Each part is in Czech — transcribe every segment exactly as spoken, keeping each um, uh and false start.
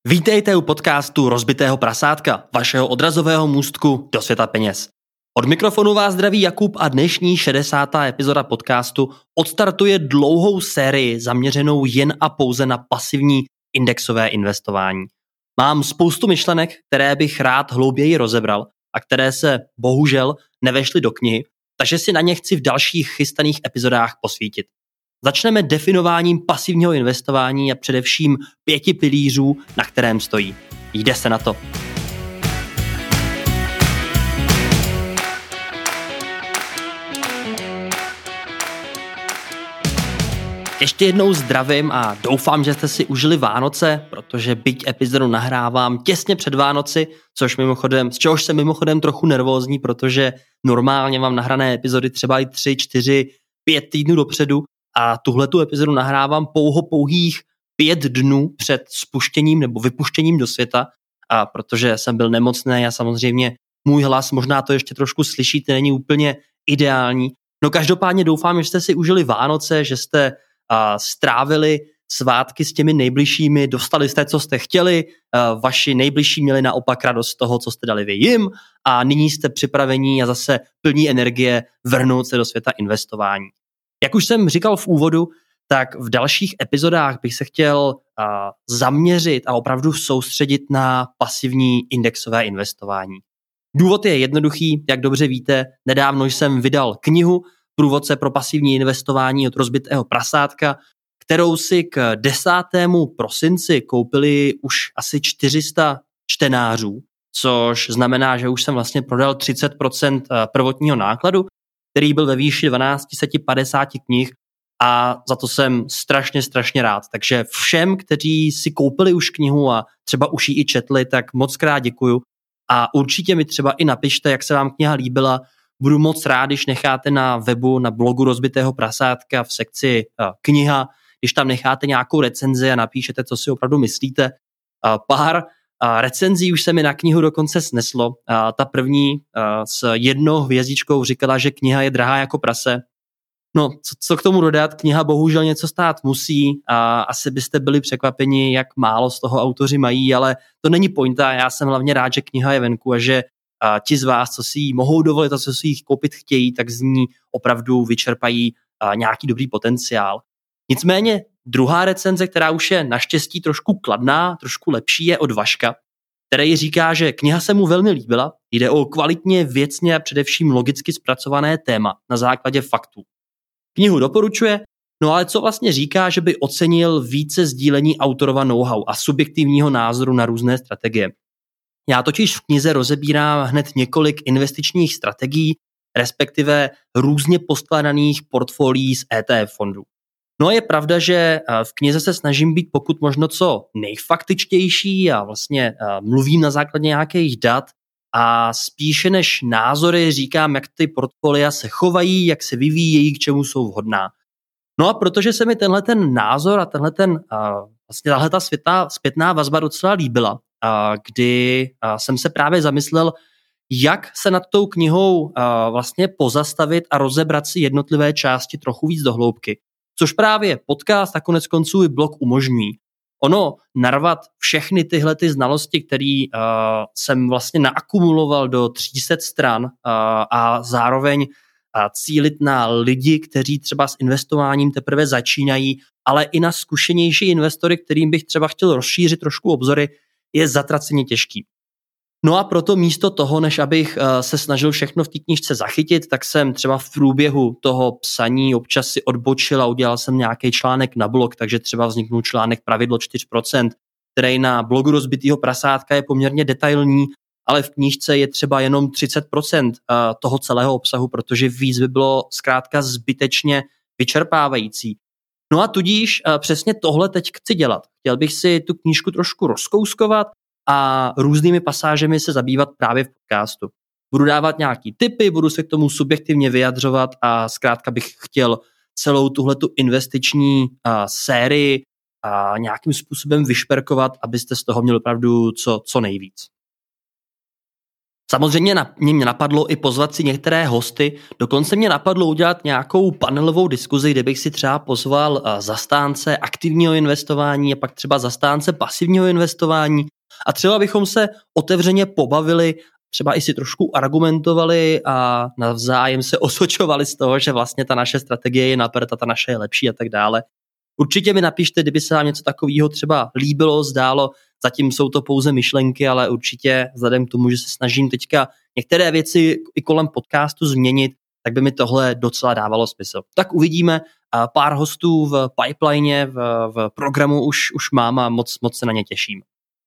Vítejte u podcastu Rozbitého prasátka, vašeho odrazového můstku do světa peněz. Od mikrofonu vás zdraví Jakub a dnešní šedesátá epizoda podcastu odstartuje dlouhou sérii zaměřenou jen a pouze na pasivní indexové investování. Mám spoustu myšlenek, které bych rád hlouběji rozebral a které se bohužel nevešly do knihy, takže si na ně chci v dalších chystaných epizodách posvítit. Začneme definováním pasivního investování a především pěti pilířů, na kterém stojí. Jde se na to. Ještě jednou zdravím a doufám, že jste si užili Vánoce, protože byť epizodu nahrávám těsně před Vánoci, což mimochodem, z čehož jsem mimochodem trochu nervózní, protože normálně mám nahrané epizody třeba i tři, čtyři, pět týdnů dopředu, a tuhletu epizodu nahrávám pouho pouhých pět dnů před spuštěním nebo vypuštěním do světa, a protože jsem byl nemocný a samozřejmě můj hlas, možná to ještě trošku slyšíte, není úplně ideální. No každopádně doufám, že jste si užili Vánoce, že jste a, strávili svátky s těmi nejbližšími, dostali jste, co jste chtěli, a, vaši nejbližší měli naopak radost z toho, co jste dali vy jim a nyní jste připravení a zase plní energie vrhnout se do světa investování. Jak už jsem říkal v úvodu, tak v dalších epizodách bych se chtěl uh, zaměřit a opravdu soustředit na pasivní indexové investování. Důvod je jednoduchý, jak dobře víte, nedávno jsem vydal knihu Průvodce pro pasivní investování od Rozbitého prasátka, kterou si k desátému prosinci koupili už asi čtyři sta čtenářů, což znamená, že už jsem vlastně prodal třicet procent prvotního nákladu, který byl ve výši tisíc dvě stě padesát knih a za to jsem strašně, strašně rád. Takže všem, kteří si koupili už knihu a třeba už ji i četli, tak moc krát děkuju a určitě mi třeba i napište, jak se vám kniha líbila. Budu moc rád, když necháte na webu, na blogu Rozbitého prasátka v sekci uh, kniha, když tam necháte nějakou recenzi a napíšete, co si opravdu myslíte. Uh, pár A recenzí už se mi na knihu dokonce sneslo. A ta první a s jednou hvězdičkou říkala, že kniha je drahá jako prase. No, co, co k tomu dodat, kniha bohužel něco stát musí a asi byste byli překvapeni, jak málo z toho autoři mají, ale to není pointa. Já jsem hlavně rád, že kniha je venku a že a ti z vás, co si ji mohou dovolit a co si ji koupit chtějí, tak z ní opravdu vyčerpají a nějaký dobrý potenciál. Nicméně druhá recenze, která už je naštěstí trošku kladná, trošku lepší, je od Vaška, který říká, že kniha se mu velmi líbila, jde o kvalitně, věcně a především logicky zpracované téma na základě faktů. Knihu doporučuje, no ale co vlastně říká, že by ocenil více sdílení autorova know-how a subjektivního názoru na různé strategie. Já totiž v knize rozebírám hned několik investičních strategií, respektive různě poskládaných portfolií z E T F fondů. No je pravda, že v knize se snažím být pokud možno co nejfaktičtější a vlastně mluvím na základě nějakých dat a spíše než názory říkám, jak ty portfolia se chovají, jak se vyvíjejí, k čemu jsou vhodná. No a protože se mi tenhle ten názor a tenhle ten, vlastně tahle ta světá, zpětná vazba docela líbila, kdy jsem se právě zamyslel, jak se nad tou knihou vlastně pozastavit a rozebrat si jednotlivé části trochu víc do hloubky. Což právě podcast a konec konců i blog umožňují. Ono narvat všechny tyhle ty znalosti, které uh, jsem vlastně naakumuloval do tří set stran uh, a zároveň uh, cílit na lidi, kteří třeba s investováním teprve začínají, ale i na zkušenější investory, kterým bych třeba chtěl rozšířit trošku obzory, je zatraceně těžký. No a proto místo toho, než abych se snažil všechno v té knížce zachytit, tak jsem třeba v průběhu toho psaní občas si odbočil a udělal jsem nějaký článek na blog, takže třeba vzniknul článek Pravidlo čtyři procenta, který na blogu Rozbitého prasátka je poměrně detailní, ale v knížce je třeba jenom třicet procent toho celého obsahu, protože víc by bylo zkrátka zbytečně vyčerpávající. No a tudíž přesně tohle teď chci dělat. Chtěl bych si tu knížku trošku rozkouskovat a různými pasážemi se zabývat právě v podcastu. Budu dávat nějaký tipy, budu se k tomu subjektivně vyjadřovat a zkrátka bych chtěl celou tuhletu investiční uh, sérii uh, nějakým způsobem vyšperkovat, abyste z toho měli opravdu co, co nejvíc. Samozřejmě na, mě napadlo i pozvat si některé hosty, dokonce mě napadlo udělat nějakou panelovou diskuzi, kde bych si třeba pozval zastánce aktivního investování a pak třeba zastánce pasivního investování a třeba bychom se otevřeně pobavili, třeba i si trošku argumentovali a navzájem se osočovali z toho, že vlastně ta naše strategie je na prd a ta naše je lepší a tak dále. Určitě mi napište, kdyby se vám něco takového třeba líbilo, zdálo, zatím jsou to pouze myšlenky, ale určitě vzhledem k tomu, že se snažím teďka některé věci i kolem podcastu změnit, tak by mi tohle docela dávalo smysl. Tak uvidíme, pár hostů v pipeline, v, v programu už, už mám a moc, moc se na ně těším.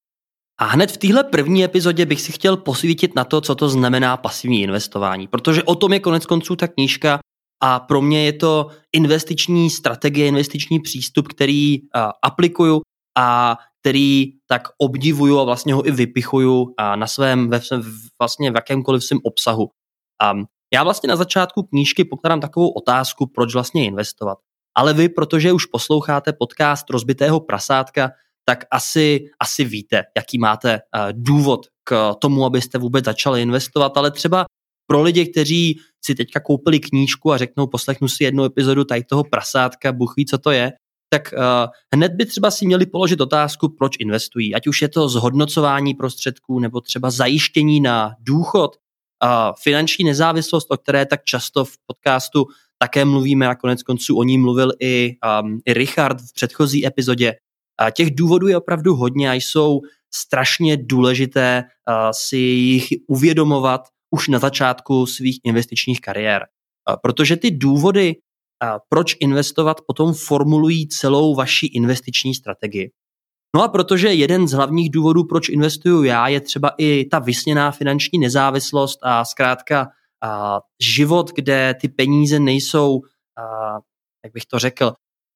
A hned v téhle první epizodě bych si chtěl posvítit na to, co to znamená pasivní investování, protože o tom je konec konců ta knížka a pro mě je to investiční strategie, investiční přístup, který uh, aplikuju a který tak obdivuju a vlastně ho i vypichuju uh, na svém, ve, vlastně v jakémkoliv svém obsahu. Um, já vlastně na začátku knížky pokládám takovou otázku, proč vlastně investovat. Ale vy, protože už posloucháte podcast Rozbitého prasátka, tak asi, asi víte, jaký máte uh, důvod k tomu, abyste vůbec začali investovat, ale třeba pro lidi, kteří si teďka koupili knížku a řeknou, poslechnu si jednu epizodu tady toho prasátka, Bůh ví, co to je, tak uh, hned by třeba si měli položit otázku, proč investují. Ať už je to zhodnocování prostředků nebo třeba zajištění na důchod, uh, finanční nezávislost, o které tak často v podcastu také mluvíme a konec konců o ní mluvil i, um, i Richard v předchozí epizodě. Uh, těch důvodů je opravdu hodně a jsou strašně důležité uh, si jich uvědomovat už na začátku svých investičních kariér. Protože ty důvody, proč investovat, potom formulují celou vaši investiční strategii. No a protože jeden z hlavních důvodů, proč investuju já, je třeba i ta vysněná finanční nezávislost a zkrátka a život, kde ty peníze nejsou, a, jak bych to řekl,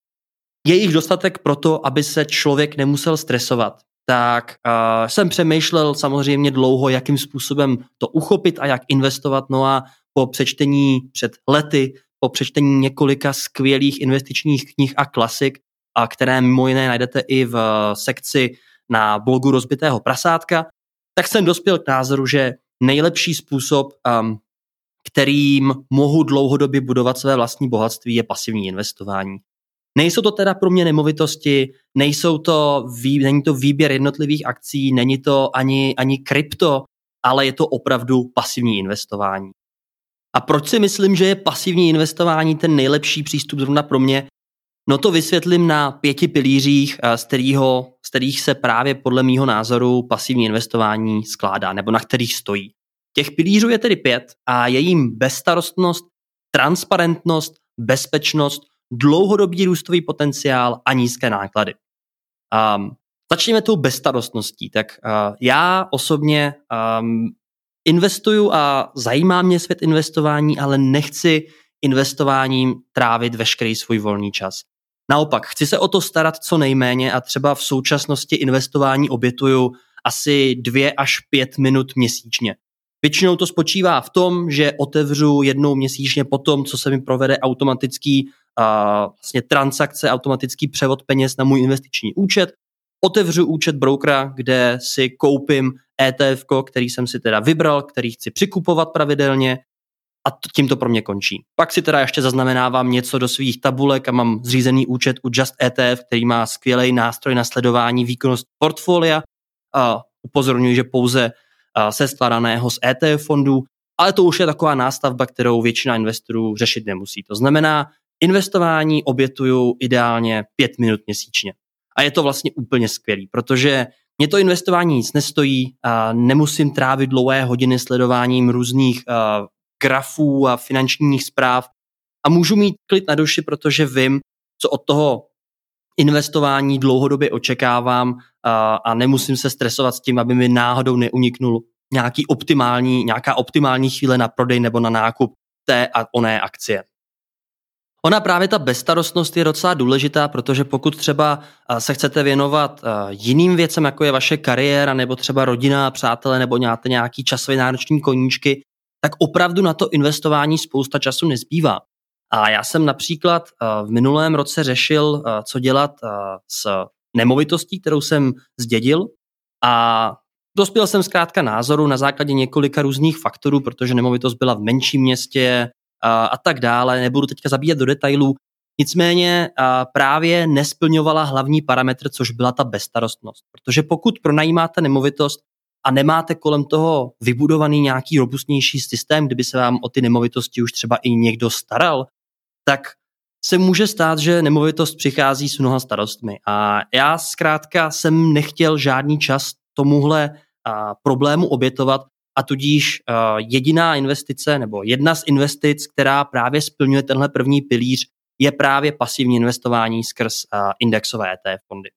je jich dostatek pro to, aby se člověk nemusel stresovat. Tak uh, jsem přemýšlel samozřejmě dlouho, jakým způsobem to uchopit a jak investovat. No a po přečtení před lety, po přečtení několika skvělých investičních knih a klasik, a které mimo jiné najdete i v sekci na blogu Rozbitého prasátka, tak jsem dospěl k názoru, že nejlepší způsob, um, kterým mohu dlouhodobě budovat své vlastní bohatství, je pasivní investování. Nejsou to teda pro mě nemovitosti, nejsou to, není to výběr jednotlivých akcí, není to ani, ani krypto, ale je to opravdu pasivní investování. A proč si myslím, že je pasivní investování ten nejlepší přístup zrovna pro mě? No to vysvětlím na pěti pilířích, z, kterýho, z kterých se právě podle mýho názoru pasivní investování skládá, nebo na kterých stojí. Těch pilířů je tedy pět a je jim bezstarostnost, transparentnost, bezpečnost, dlouhodobý růstový potenciál a nízké náklady. Um, začněme tou bezstarostností. Tak uh, já osobně um, investuju a zajímá mě svět investování, ale nechci investováním trávit veškerý svůj volný čas. Naopak, chci se o to starat co nejméně a třeba v současnosti investování obětuju asi dvě až pět minut měsíčně. Většinou to spočívá v tom, že otevřu jednou měsíčně po tom, co se mi provede automatický uh, vlastně transakce, automatický převod peněz na můj investiční účet. Otevřu účet brokera, kde si koupím é té ef, který jsem si teda vybral, který chci přikupovat pravidelně a tím to pro mě končí. Pak si teda ještě zaznamenávám něco do svých tabulek a mám zřízený účet u Just é té ef, který má skvělý nástroj na sledování výkonnosti portfolia. Uh, upozorňuji, že pouze se skládaného z é té ef fondů, ale to už je taková nástavba, kterou většina investorů řešit nemusí. To znamená, investování obětuju ideálně pět minut měsíčně. A je to vlastně úplně skvělý, protože mě to investování nic nestojí, a nemusím trávit dlouhé hodiny sledováním různých uh, grafů a finančních zpráv a můžu mít klid na duši, protože vím, co od toho investování dlouhodobě očekávám a, a nemusím se stresovat s tím, aby mi náhodou neuniknul nějaký optimální, nějaká optimální chvíle na prodej nebo na nákup té a oné akcie. Ona právě ta bezstarostnost je docela důležitá, protože pokud třeba se chcete věnovat jiným věcem, jako je vaše kariéra nebo třeba rodina, přátelé nebo máte nějaký časově náročný koníčky, tak opravdu na to investování spousta času nezbývá. A já jsem například v minulém roce řešil, co dělat s nemovitostí, kterou jsem zdědil a dospěl jsem zkrátka názoru na základě několika různých faktorů, protože nemovitost byla v menším městě a, a tak dále, nebudu teďka zabíjet do detailů, nicméně a, právě nesplňovala hlavní parametr, což byla ta bezstarostnost, protože pokud pronajímáte nemovitost a nemáte kolem toho vybudovaný nějaký robustnější systém, kdyby se vám o ty nemovitosti už třeba i někdo staral, tak se může stát, že nemovitost přichází s mnoha starostmi. A já zkrátka jsem nechtěl žádný čas tomuhle a, problému obětovat a tudíž a, jediná investice nebo jedna z investic, která právě splňuje tenhle první pilíř, je právě pasivní investování skrz a, indexové E T F fondy.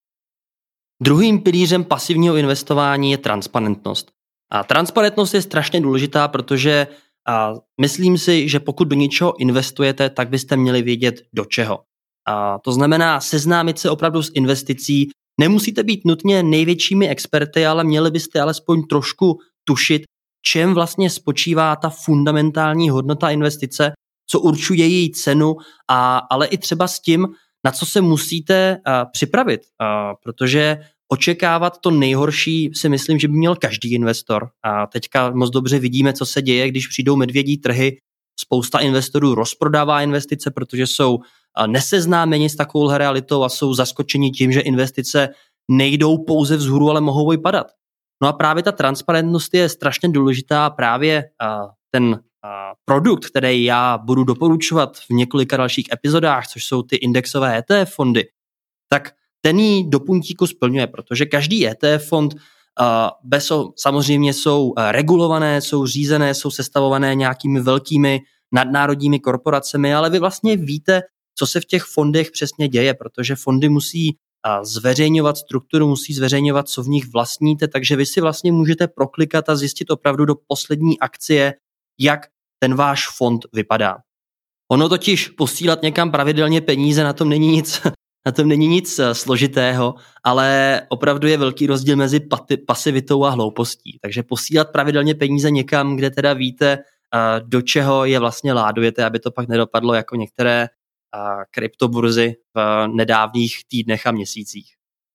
Druhým pilířem pasivního investování je transparentnost. A transparentnost je strašně důležitá, protože a, myslím si, že pokud do něčeho investujete, tak byste měli vědět do čeho. A, to znamená seznámit se opravdu s investicí. Nemusíte být nutně největšími experty, ale měli byste alespoň trošku tušit, čem vlastně spočívá ta fundamentální hodnota investice, co určuje její cenu, a, ale i třeba s tím, na co se musíte a, připravit, a, protože očekávat to nejhorší si myslím, že by měl každý investor. A teďka moc dobře vidíme, co se děje, když přijdou medvědí trhy. Spousta investorů rozprodává investice, protože jsou neseznámeni s takovou realitou a jsou zaskočeni tím, že investice nejdou pouze vzhůru, ale mohou i padat. No a právě ta transparentnost je strašně důležitá. Právě ten produkt, který já budu doporučovat v několika dalších epizodách, což jsou ty indexové E T F fondy, tak ten jí do puntíku splňuje, protože každý E T F fond uh, bez, samozřejmě jsou regulované, jsou řízené, jsou sestavované nějakými velkými nadnárodními korporacemi, ale vy vlastně víte, co se v těch fondech přesně děje, protože fondy musí uh, zveřejňovat strukturu, musí zveřejňovat, co v nich vlastníte, takže vy si vlastně můžete proklikat a zjistit opravdu do poslední akcie, jak ten váš fond vypadá. Ono totiž posílat někam pravidelně peníze, na tom není nic Na tom není nic složitého, ale opravdu je velký rozdíl mezi pati, pasivitou a hloupostí. Takže posílat pravidelně peníze někam, kde teda víte, do čeho je vlastně ládujete, aby to pak nedopadlo jako některé kryptoburzy v nedávných týdnech a měsících.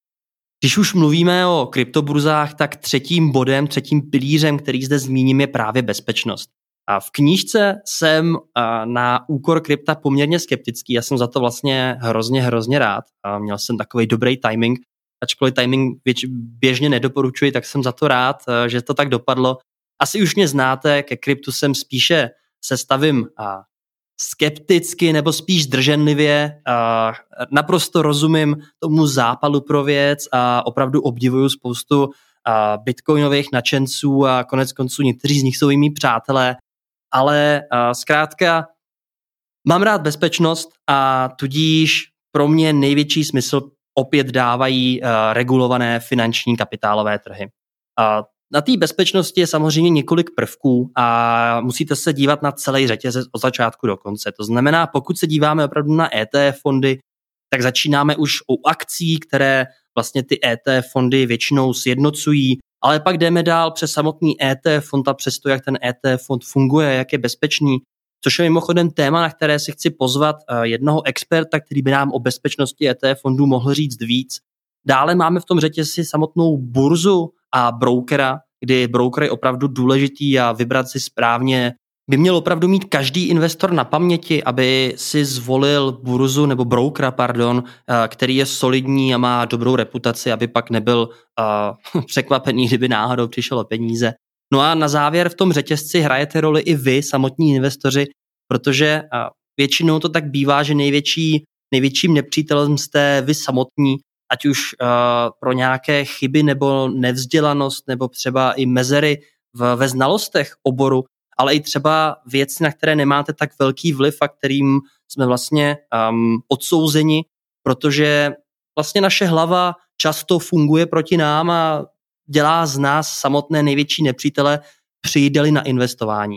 Když už mluvíme o kryptoburzách, tak třetím bodem, třetím pilířem, který zde zmíním, je právě bezpečnost. A v knížce jsem na úkor krypta poměrně skeptický, já jsem za to vlastně hrozně, hrozně rád. A měl jsem takový dobrý timing, ačkoliv timing běžně nedoporučuji, tak jsem za to rád, že to tak dopadlo. Asi už mě znáte, ke kryptu jsem spíše se stavím skepticky nebo spíš zdrženlivě. Naprosto rozumím tomu zápalu pro věc a opravdu obdivuju spoustu bitcoinových nadšenců a konec konců někteří z nich jsou i mý přátelé. Ale uh, zkrátka mám rád bezpečnost a tudíž pro mě největší smysl opět dávají uh, regulované finanční kapitálové trhy. Uh, na té bezpečnosti je samozřejmě několik prvků a musíte se dívat na celý řetězec od začátku do konce. To znamená, pokud se díváme opravdu na E T F fondy, tak začínáme už u akcí, které vlastně ty E T F fondy většinou sjednocují, ale pak jdeme dál přes samotný E T F fond a přes to, jak ten E T F fond funguje, jak je bezpečný, což je mimochodem téma, na které si chci pozvat jednoho experta, který by nám o bezpečnosti E T F fondů mohl říct víc. Dále máme v tom řetězci samotnou burzu a brokera, kdy broker je opravdu důležitý a vybrat si správně by měl opravdu mít každý investor na paměti, aby si zvolil burzu nebo brokera, pardon, který je solidní a má dobrou reputaci, aby pak nebyl uh, překvapený, kdyby náhodou přišel o peníze. No a na závěr v tom řetězci hrajete roli i vy, samotní investoři, protože uh, většinou to tak bývá, že největší, největším nepřítelem jste vy samotní, ať už uh, pro nějaké chyby nebo nevzdělanost nebo třeba i mezery v, ve znalostech oboru, ale i třeba věci, na které nemáte tak velký vliv a kterým jsme vlastně um, odsouzeni, protože vlastně naše hlava často funguje proti nám a dělá z nás samotné největší nepřítele, přijde-li na investování.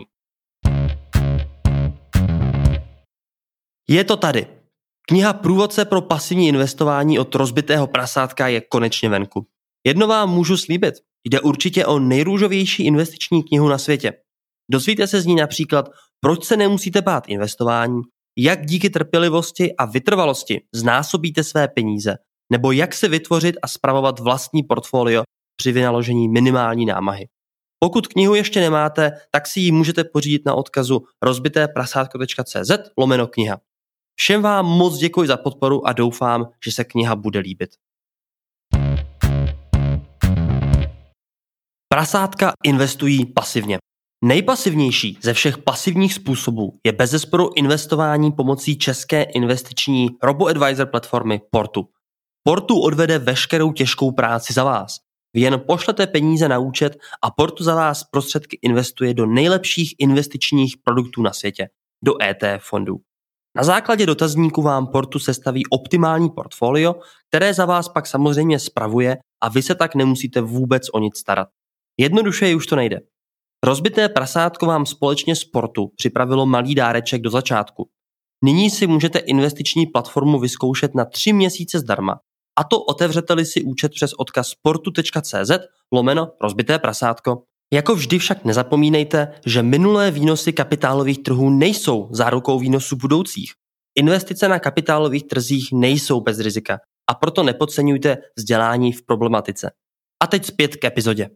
Je to tady. Kniha Průvodce pro pasivní investování od rozbitého prasátka je konečně venku. Jedno vám můžu slíbit, jde určitě o nejrůžovější investiční knihu na světě. Dozvíte se z ní například, proč se nemusíte bát investování, jak díky trpělivosti a vytrvalosti znásobíte své peníze, nebo jak si vytvořit a spravovat vlastní portfolio při vynaložení minimální námahy. Pokud knihu ještě nemáte, tak si ji můžete pořídit na odkazu rozbiteprasátko tečka cé zet lomeno kniha. Všem vám moc děkuji za podporu a doufám, že se kniha bude líbit. Prasátka investují pasivně. Nejpasivnější ze všech pasivních způsobů je bezesporu investování pomocí české investiční robo-advisor platformy Portu. Portu odvede veškerou těžkou práci za vás. Vy jen pošlete peníze na účet a Portu za vás prostředky investuje do nejlepších investičních produktů na světě, do é té ef fondů. Na základě dotazníku vám Portu sestaví optimální portfolio, které za vás pak samozřejmě spravuje a vy se tak nemusíte vůbec o nic starat. Jednoduše už to nejde. Rozbité prasátko vám společně s Portu připravilo malý dáreček do začátku. Nyní si můžete investiční platformu vyzkoušet na tři měsíce zdarma. A to otevřete-li si účet přes odkaz portu tečka cé zet lomeno rozbité prasátko. Jako vždy však nezapomínejte, že minulé výnosy kapitálových trhů nejsou zárukou výnosů budoucích. Investice na kapitálových trzích nejsou bez rizika a proto nepodceňujte vzdělání v problematice. A teď zpět k epizodě.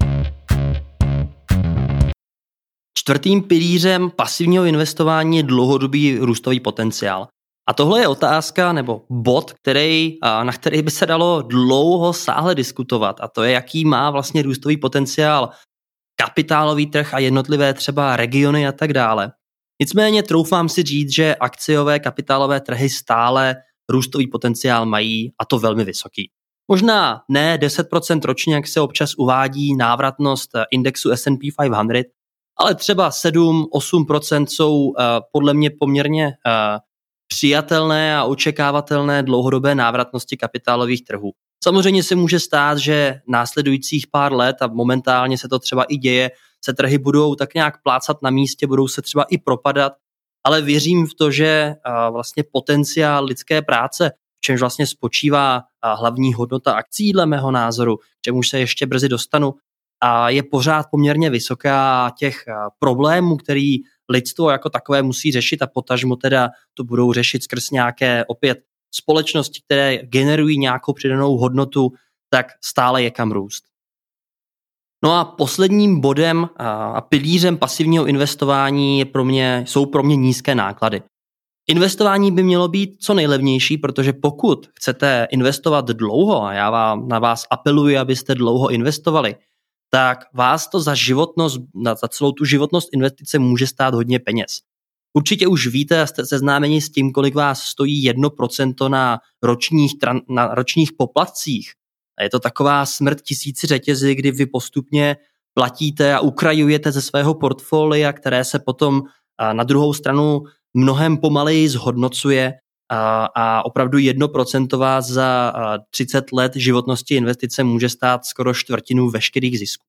Čtvrtým pilířem pasivního investování je dlouhodobý růstový potenciál. A tohle je otázka nebo bod, který, na který by se dalo dlouho sáhle diskutovat. A to je, jaký má vlastně růstový potenciál kapitálový trh a jednotlivé třeba regiony a tak dále. Nicméně troufám si říct, že akciové kapitálové trhy stále růstový potenciál mají, a to velmi vysoký. Možná ne deset procent ročně, jak se občas uvádí návratnost indexu es and pé pět set, ale třeba sedm až osm procent jsou uh, podle mě poměrně uh, přijatelné a očekávatelné dlouhodobé návratnosti kapitálových trhů. Samozřejmě se může stát, že následujících pár let, a momentálně se to třeba i děje, se trhy budou tak nějak plácat na místě, budou se třeba i propadat, ale věřím v to, že uh, vlastně potenciál lidské práce, v čemž vlastně spočívá uh, hlavní hodnota akcí dle mého názoru, k čemu se ještě brzy dostanu, a je pořád poměrně vysoká a těch problémů, který lidstvo jako takové musí řešit a potažmo teda to budou řešit skrz nějaké opět společnosti, které generují nějakou přidanou hodnotu, tak stále je kam růst. No a posledním bodem a pilířem pasivního investování je pro mě, jsou pro mě nízké náklady. Investování by mělo být co nejlevnější, protože pokud chcete investovat dlouho, a já vám, na vás apeluji, abyste dlouho investovali, tak vás to za životnost, za celou tu životnost investice může stát hodně peněz. Určitě už víte a jste seznámeni s tím, kolik vás stojí jedno procento na ročních, na ročních poplatcích. A je to taková smrt tisíci řetězy, kdy vy postupně platíte a ukrajujete ze svého portfolia, které se potom na druhou stranu mnohem pomaleji zhodnocuje a, a opravdu jedno procento vás za třicet let životnosti investice může stát skoro čtvrtinu veškerých zisků.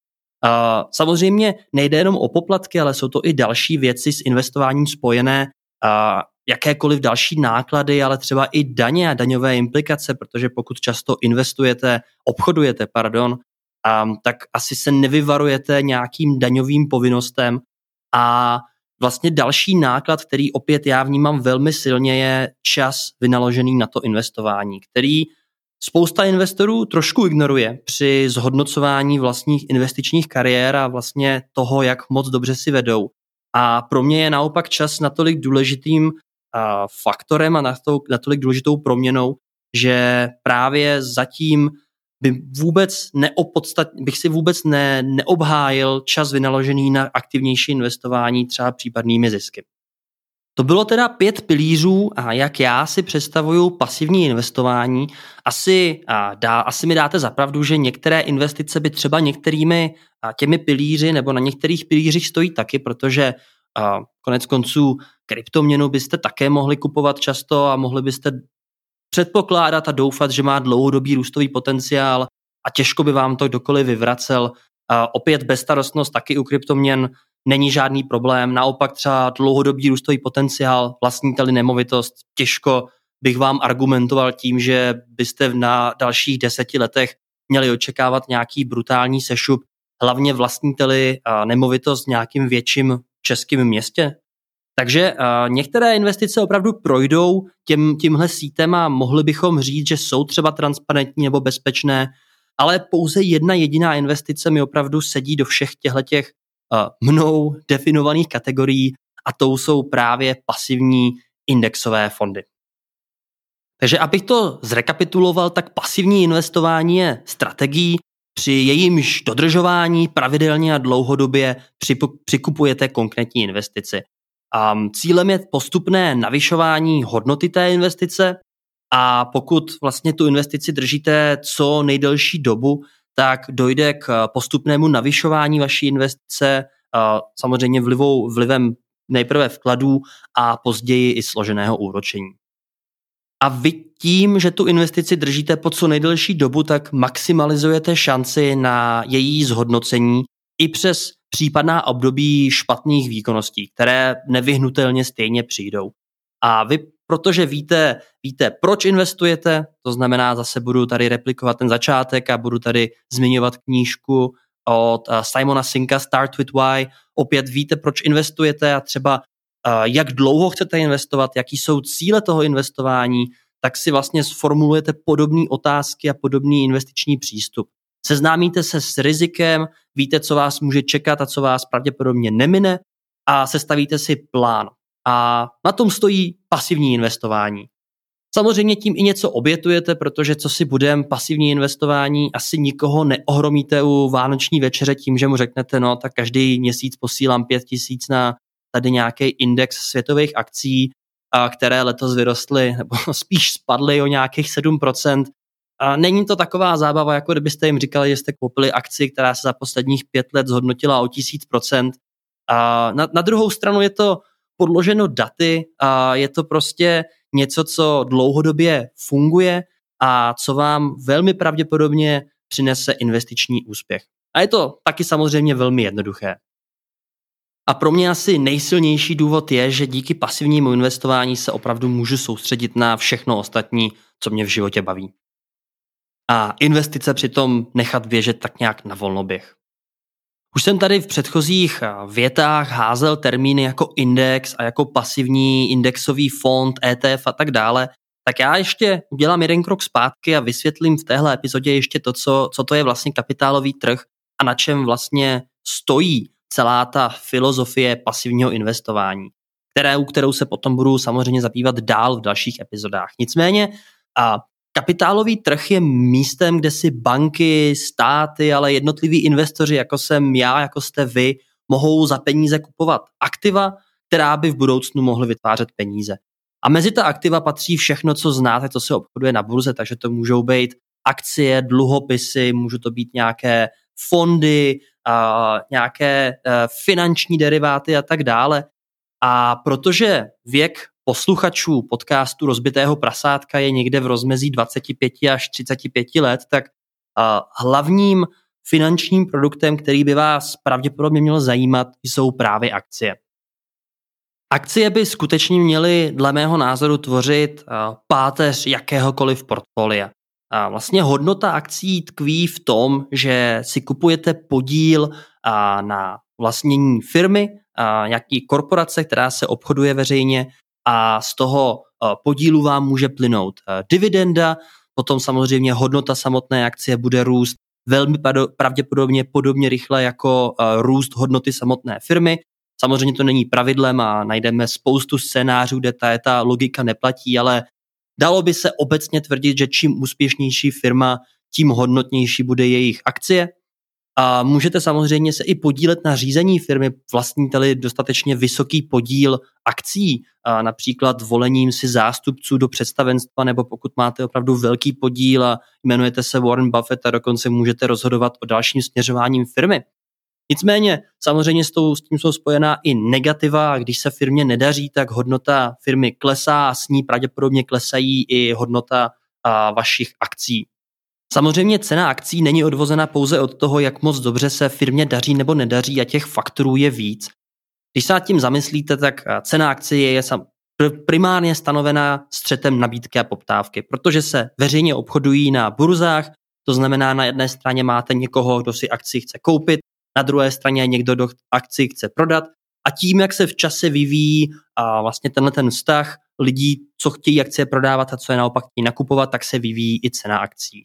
A samozřejmě nejde jenom o poplatky, ale jsou to i další věci s investováním spojené, a jakékoliv další náklady, ale třeba i daně a daňové implikace, protože pokud často investujete, obchodujete, pardon, a, tak asi se nevyvarujete nějakým daňovým povinnostem a vlastně další náklad, který opět já vnímám velmi silně, je čas vynaložený na to investování, který spousta investorů trošku ignoruje při zhodnocování vlastních investičních kariér a vlastně toho, jak moc dobře si vedou. A pro mě je naopak čas natolik důležitým uh, faktorem a natolik důležitou proměnou, že právě zatím by vůbec neopodstat, bych si vůbec ne, neobhájil čas vynaložený na aktivnější investování třeba případnými zisky. To bylo teda pět pilířů a jak já si představuju pasivní investování. Asi, a dá, asi mi dáte za pravdu, že některé investice by třeba některými a těmi pilíři nebo na některých pilířích stojí taky, protože a konec konců kryptoměnu byste také mohli kupovat často a mohli byste předpokládat a doufat, že má dlouhodobý růstový potenciál a těžko by vám to kdokoliv vyvracel. A opět bezstarostnost taky u kryptoměn není žádný problém. Naopak třeba dlouhodobý růstový potenciál, vlastníte-li nemovitost, těžko bych vám argumentoval tím, že byste na dalších deseti letech měli očekávat nějaký brutální sešup, hlavně vlastníte-li nemovitost v nějakým větším českým městě. Takže uh, některé investice opravdu projdou tím, tímhle sítem a mohli bychom říct, že jsou třeba transparentní nebo bezpečné. ale pouze jedna jediná investice mi opravdu sedí do všech těchto uh, mnou definovaných kategorií a to jsou právě pasivní indexové fondy. Takže abych to zrekapituloval, tak pasivní investování je strategií, při jejímž dodržování pravidelně a dlouhodobě přikupujete konkrétní investici. Um, cílem je postupné navyšování hodnoty té investice a pokud vlastně tu investici držíte co nejdelší dobu, tak dojde k postupnému navyšování vaší investice, uh, samozřejmě vlivou, vlivem nejprve vkladů a později i složeného úročení. A vy tím, že tu investici držíte po co nejdelší dobu, tak maximalizujete šanci na její zhodnocení i přes případná období špatných výkonností, které nevyhnutelně stejně přijdou. A vy, protože víte, víte, proč investujete, to znamená, zase budu tady replikovat ten začátek a budu tady zmiňovat knížku od Simona Sinka Start with Why. Opět víte, proč investujete a třeba jak dlouho chcete investovat, jaký jsou cíle toho investování, tak si vlastně sformulujete podobné otázky a podobný investiční přístup. Seznámíte se s rizikem, víte, co vás může čekat a co vás pravděpodobně nemine a sestavíte si plán. A na tom stojí pasivní investování. Samozřejmě tím i něco obětujete, protože co si budem, pasivní investování, asi nikoho neohromíte u vánoční večeře tím, že mu řeknete, no tak každý měsíc posílám pět tisíc na tady nějaký index světových akcí, které letos vyrostly, nebo spíš spadly o nějakých sedm procent. A není to taková zábava, jako kdybyste jim říkali, že jste koupili akci, která se za posledních pět let zhodnotila o tisíc procent. A na, na druhou stranu je to podloženo daty a je to prostě něco, co dlouhodobě funguje a co vám velmi pravděpodobně přinese investiční úspěch. A je to taky samozřejmě velmi jednoduché. A pro mě asi nejsilnější důvod je, že díky pasivnímu investování se opravdu můžu soustředit na všechno ostatní, co mě v životě baví. A investice přitom nechat běžet tak nějak na volnoběh. Už jsem tady v předchozích větách házel termíny jako index a jako pasivní indexový fond, E T F a tak dále, tak já ještě udělám jeden krok zpátky a vysvětlím v téhle epizodě ještě to, co, co to je vlastně kapitálový trh a na čem vlastně stojí celá ta filozofie pasivního investování, kterou, kterou se potom budu samozřejmě zabývat dál v dalších epizodách. Nicméně a kapitálový trh je místem, kde si banky, státy, ale jednotliví investoři, jako jsem já, jako jste vy, mohou za peníze kupovat aktiva, která by v budoucnu mohly vytvářet peníze. A mezi ta aktiva patří všechno, co znáte, co se obchoduje na burze, takže to můžou být akcie, dluhopisy, můžou to být nějaké fondy, a nějaké uh, finanční deriváty a tak dále. A protože věk posluchačů podcastu Rozbitého prasátka je někde v rozmezí dvacet pět až třicet pět let, tak uh, hlavním finančním produktem, který by vás pravděpodobně měl zajímat, jsou právě akcie. Akcie by skutečně měly dle mého názoru tvořit uh, páteř jakéhokoliv portfolia. A vlastně hodnota akcí tkví v tom, že si kupujete podíl a, na vlastnění firmy, a, nějaký korporace, která se obchoduje veřejně a z toho a, podílu vám může plynout a, dividenda, potom samozřejmě hodnota samotné akcie bude růst velmi pravděpodobně podobně rychle jako a, růst hodnoty samotné firmy. Samozřejmě to není pravidlem a najdeme spoustu scénářů, kde ta, ta logika neplatí, ale dalo by se obecně tvrdit, že čím úspěšnější firma, tím hodnotnější bude jejich akcie. A můžete samozřejmě se i podílet na řízení firmy, vlastníte-li dostatečně vysoký podíl akcí, a například volením si zástupců do představenstva, nebo pokud máte opravdu velký podíl a jmenujete se Warren Buffett a dokonce můžete rozhodovat o dalším směřováním firmy. Nicméně samozřejmě s, tou, s tím jsou spojená i negativa a když se firmě nedaří, tak hodnota firmy klesá a s ní pravděpodobně klesají i hodnota a, vašich akcí. Samozřejmě cena akcí není odvozena pouze od toho, jak moc dobře se firmě daří nebo nedaří a těch faktorů je víc. Když se nad tím zamyslíte, tak cena akcí je primárně stanovená střetem nabídky a poptávky, protože se veřejně obchodují na burzách, to znamená na jedné straně máte někoho, kdo si akci chce koupit, na druhé straně někdo, kdo akci chce prodat a tím, jak se v čase vyvíjí a vlastně tenhle ten vztah lidí, co chtějí akcie prodávat a co je naopak chtějí nakupovat, tak se vyvíjí i cena akcí.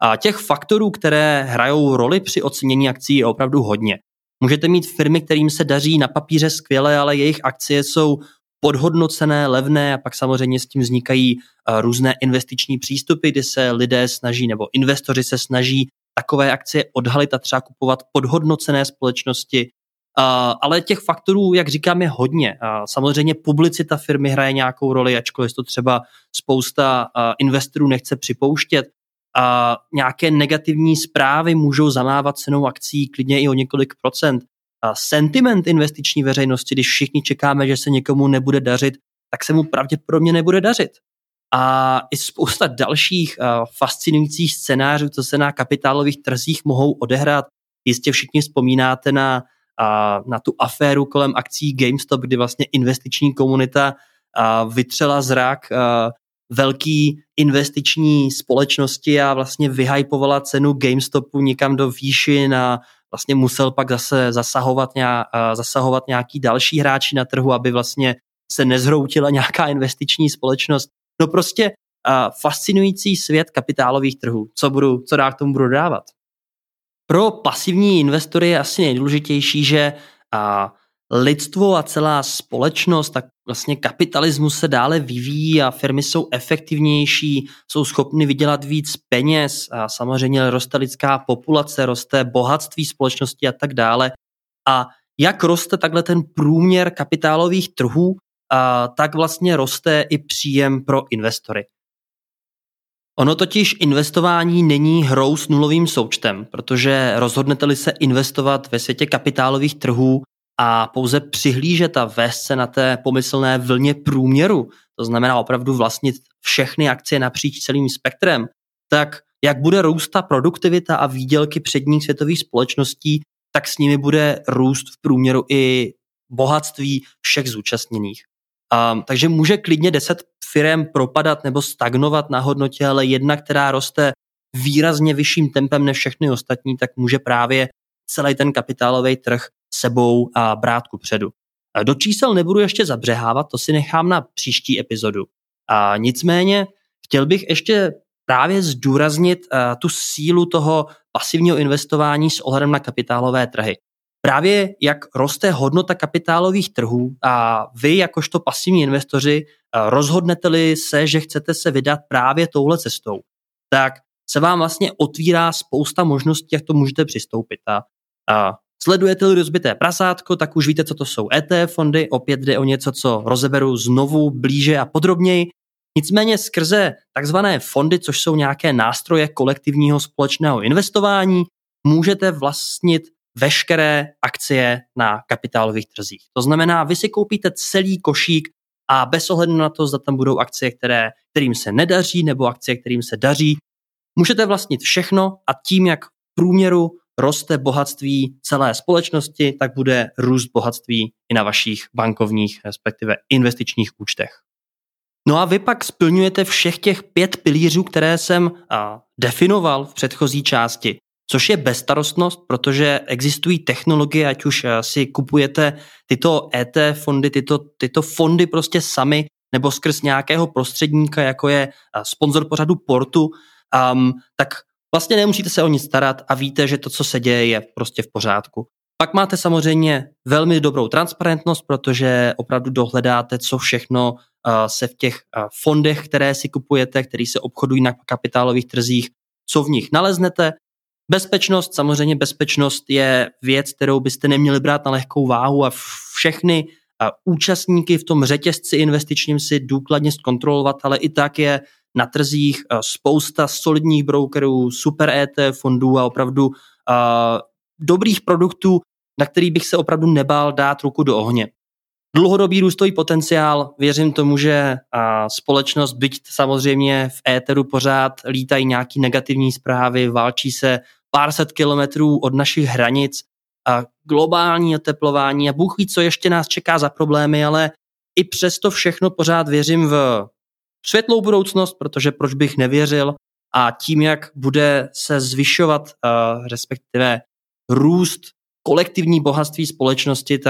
A těch faktorů, které hrajou roli při ocenění akcí, je opravdu hodně. Můžete mít firmy, kterým se daří na papíře skvěle, ale jejich akcie jsou podhodnocené, levné a pak samozřejmě s tím vznikají různé investiční přístupy, kdy se lidé snaží nebo investoři se snaží takové akcie odhalit a třeba kupovat podhodnocené společnosti. Ale těch faktorů, jak říkám, je hodně. Samozřejmě publicita firmy hraje nějakou roli, ačkoliv to třeba spousta investorů nechce připouštět. A nějaké negativní zprávy můžou zamávat cenou akcí klidně i o několik procent. A sentiment investiční veřejnosti, když všichni čekáme, že se někomu nebude dařit, tak se mu pravděpodobně nebude dařit. A i spousta dalších a, fascinujících scénářů, co se na kapitálových trzích mohou odehrát. Jistě všichni vzpomínáte na, a, na tu aféru kolem akcí GameStop, kdy vlastně investiční komunita a, vytřela zrak a, velký investiční společnosti a vlastně vyhypovala cenu GameStopu někam do výšin a vlastně musel pak zase zasahovat, nějak, zasahovat nějaký další hráči na trhu, aby vlastně se nezhroutila nějaká investiční společnost. No prostě uh, fascinující svět kapitálových trhů. Co, budu, co dál k tomu budu dávat? Pro pasivní investory je asi nejdůležitější, že uh, lidstvo a celá společnost, tak vlastně kapitalismus se dále vyvíjí a firmy jsou efektivnější, jsou schopny vydělat víc peněz a samozřejmě roste lidská populace, roste bohatství společnosti a tak dále. A jak roste takhle ten průměr kapitálových trhů, a tak vlastně roste i příjem pro investory. Ono totiž investování není hrou s nulovým součtem, protože rozhodnete-li se investovat ve světě kapitálových trhů a pouze přihlížet a vést se na té pomyslné vlně průměru, to znamená opravdu vlastnit všechny akcie napříč celým spektrem, tak jak bude růst ta produktivita a výdělky předních světových společností, tak s nimi bude růst v průměru i bohatství všech zúčastněných. Um, takže může klidně deset firem propadat nebo stagnovat na hodnotě, ale jedna, která roste výrazně vyšším tempem než všechny ostatní, tak může právě celý ten kapitálový trh sebou a brát kupředu. Do čísel nebudu ještě zabřehávat, to si nechám na příští epizodu. A nicméně chtěl bych ještě právě zdůraznit uh, tu sílu toho pasivního investování s ohledem na kapitálové trhy. Právě jak roste hodnota kapitálových trhů a vy jakožto pasivní investoři uh, rozhodnete-li se, že chcete se vydat právě touhle cestou, tak se vám vlastně otvírá spousta možností, jak to můžete přistoupit. A, a sledujete-li rozbité prasátko, tak už víte, co to jsou E T F fondy, opět jde o něco, co rozeberu znovu, blíže a podrobněji. Nicméně skrze takzvané fondy, což jsou nějaké nástroje kolektivního společného investování, můžete vlastnit veškeré akcie na kapitálových trzích. To znamená, vy si koupíte celý košík a bez ohledu na to, zda tam budou akcie, které, kterým se nedaří, nebo akcie, kterým se daří, můžete vlastnit všechno a tím, jak v průměru roste bohatství celé společnosti, tak bude růst bohatství i na vašich bankovních, respektive investičních účtech. No a vy pak splňujete všech těch pět pilířů, které jsem a, definoval v předchozí části, což je bezstarostnost, protože existují technologie, ať už a, si kupujete tyto E T F fondy, tyto, tyto fondy prostě sami, nebo skrz nějakého prostředníka, jako je a, sponzor pořadu Portu, um, tak vlastně nemusíte se o nic starat a víte, že to, co se děje, je prostě v pořádku. Pak máte samozřejmě velmi dobrou transparentnost, protože opravdu dohledáte, co všechno uh, se v těch uh, fondech, které si kupujete, které se obchodují na kapitálových trzích, co v nich naleznete. Bezpečnost, samozřejmě bezpečnost je věc, kterou byste neměli brát na lehkou váhu a všechny uh, účastníky v tom řetězci investičním si důkladně zkontrolovat, ale i tak je na trzích uh, spousta solidních brokerů, super E T F fondů a opravdu uh, dobrých produktů, na který bych se opravdu nebál dát ruku do ohně. Dlouhodobý růstový potenciál, věřím tomu, že a, společnost, byť samozřejmě v éteru pořád lítají nějaký negativní zprávy, válčí se pár set kilometrů od našich hranic, a globální oteplování a Bůh ví, co ještě nás čeká za problémy, ale i přesto všechno pořád věřím v světlou budoucnost, protože proč bych nevěřil, a tím, jak bude se zvyšovat, a, respektive růst kolektivní bohatství společnosti, tak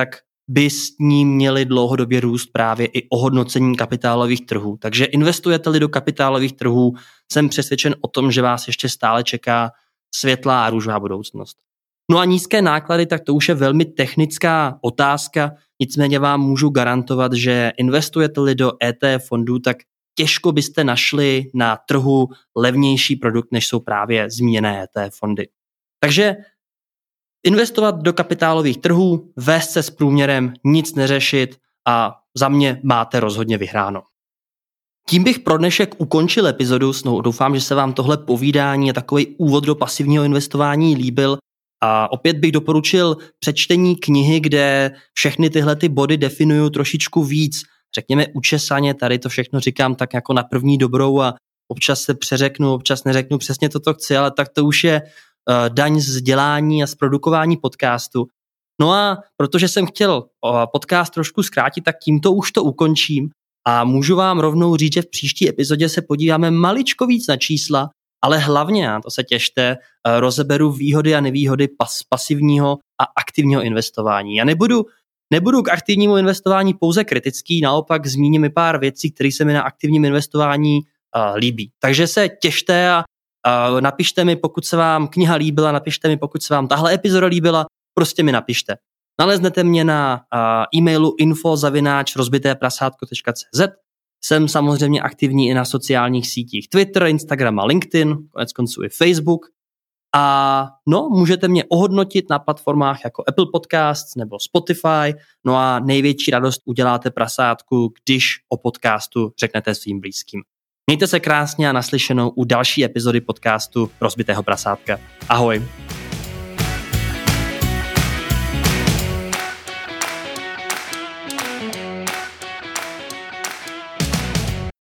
by s ním měli dlouhodobě růst právě i ohodnocení kapitálových trhů. Takže investujete-li do kapitálových trhů, jsem přesvědčen o tom, že vás ještě stále čeká světlá a růžová budoucnost. No a nízké náklady, tak to už je velmi technická otázka, nicméně vám můžu garantovat, že investujete-li do E T F fondů, tak těžko byste našli na trhu levnější produkt, než jsou právě zmíněné E T F fondy. Takže investovat do kapitálových trhů, vést se s průměrem, nic neřešit a za mě máte rozhodně vyhráno. Tím bych pro dnešek ukončil epizodu, no, doufám, že se vám tohle povídání a takový úvod do pasivního investování líbil. A opět bych doporučil přečtení knihy, kde všechny tyhle ty body definuju trošičku víc. Řekněme učesaně, tady to všechno říkám tak jako na první dobrou a občas se přeřeknu, občas neřeknu přesně to, co chci, ale tak to už je uh, daň z dělání a z produkování podcastu. No a protože jsem chtěl uh, podcast trošku zkrátit, tak tímto už to ukončím a můžu vám rovnou říct, že v příští epizodě se podíváme maličko víc na čísla, ale hlavně, a to se těšte, rozeberu výhody a nevýhody pas, pasivního a aktivního investování. Já nebudu, nebudu k aktivnímu investování pouze kritický, naopak zmíním i pár věcí, které se mi na aktivním investování uh, líbí. Takže se těšte a uh, napište mi, pokud se vám kniha líbila, napište mi, pokud se vám tahle epizoda líbila, prostě mi napište. Naleznete mě na uh, e-mailu info zavináč rozbité prasátko tečka cé zet. Jsem samozřejmě aktivní i na sociálních sítích Twitter, Instagram a LinkedIn, konec konců i Facebook. A no, můžete mě ohodnotit na platformách jako Apple Podcasts nebo Spotify. No a největší radost uděláte prasátku, když o podcastu řeknete svým blízkým. Mějte se krásně a naslyšenou u další epizody podcastu Rozbitého prasátka. Ahoj.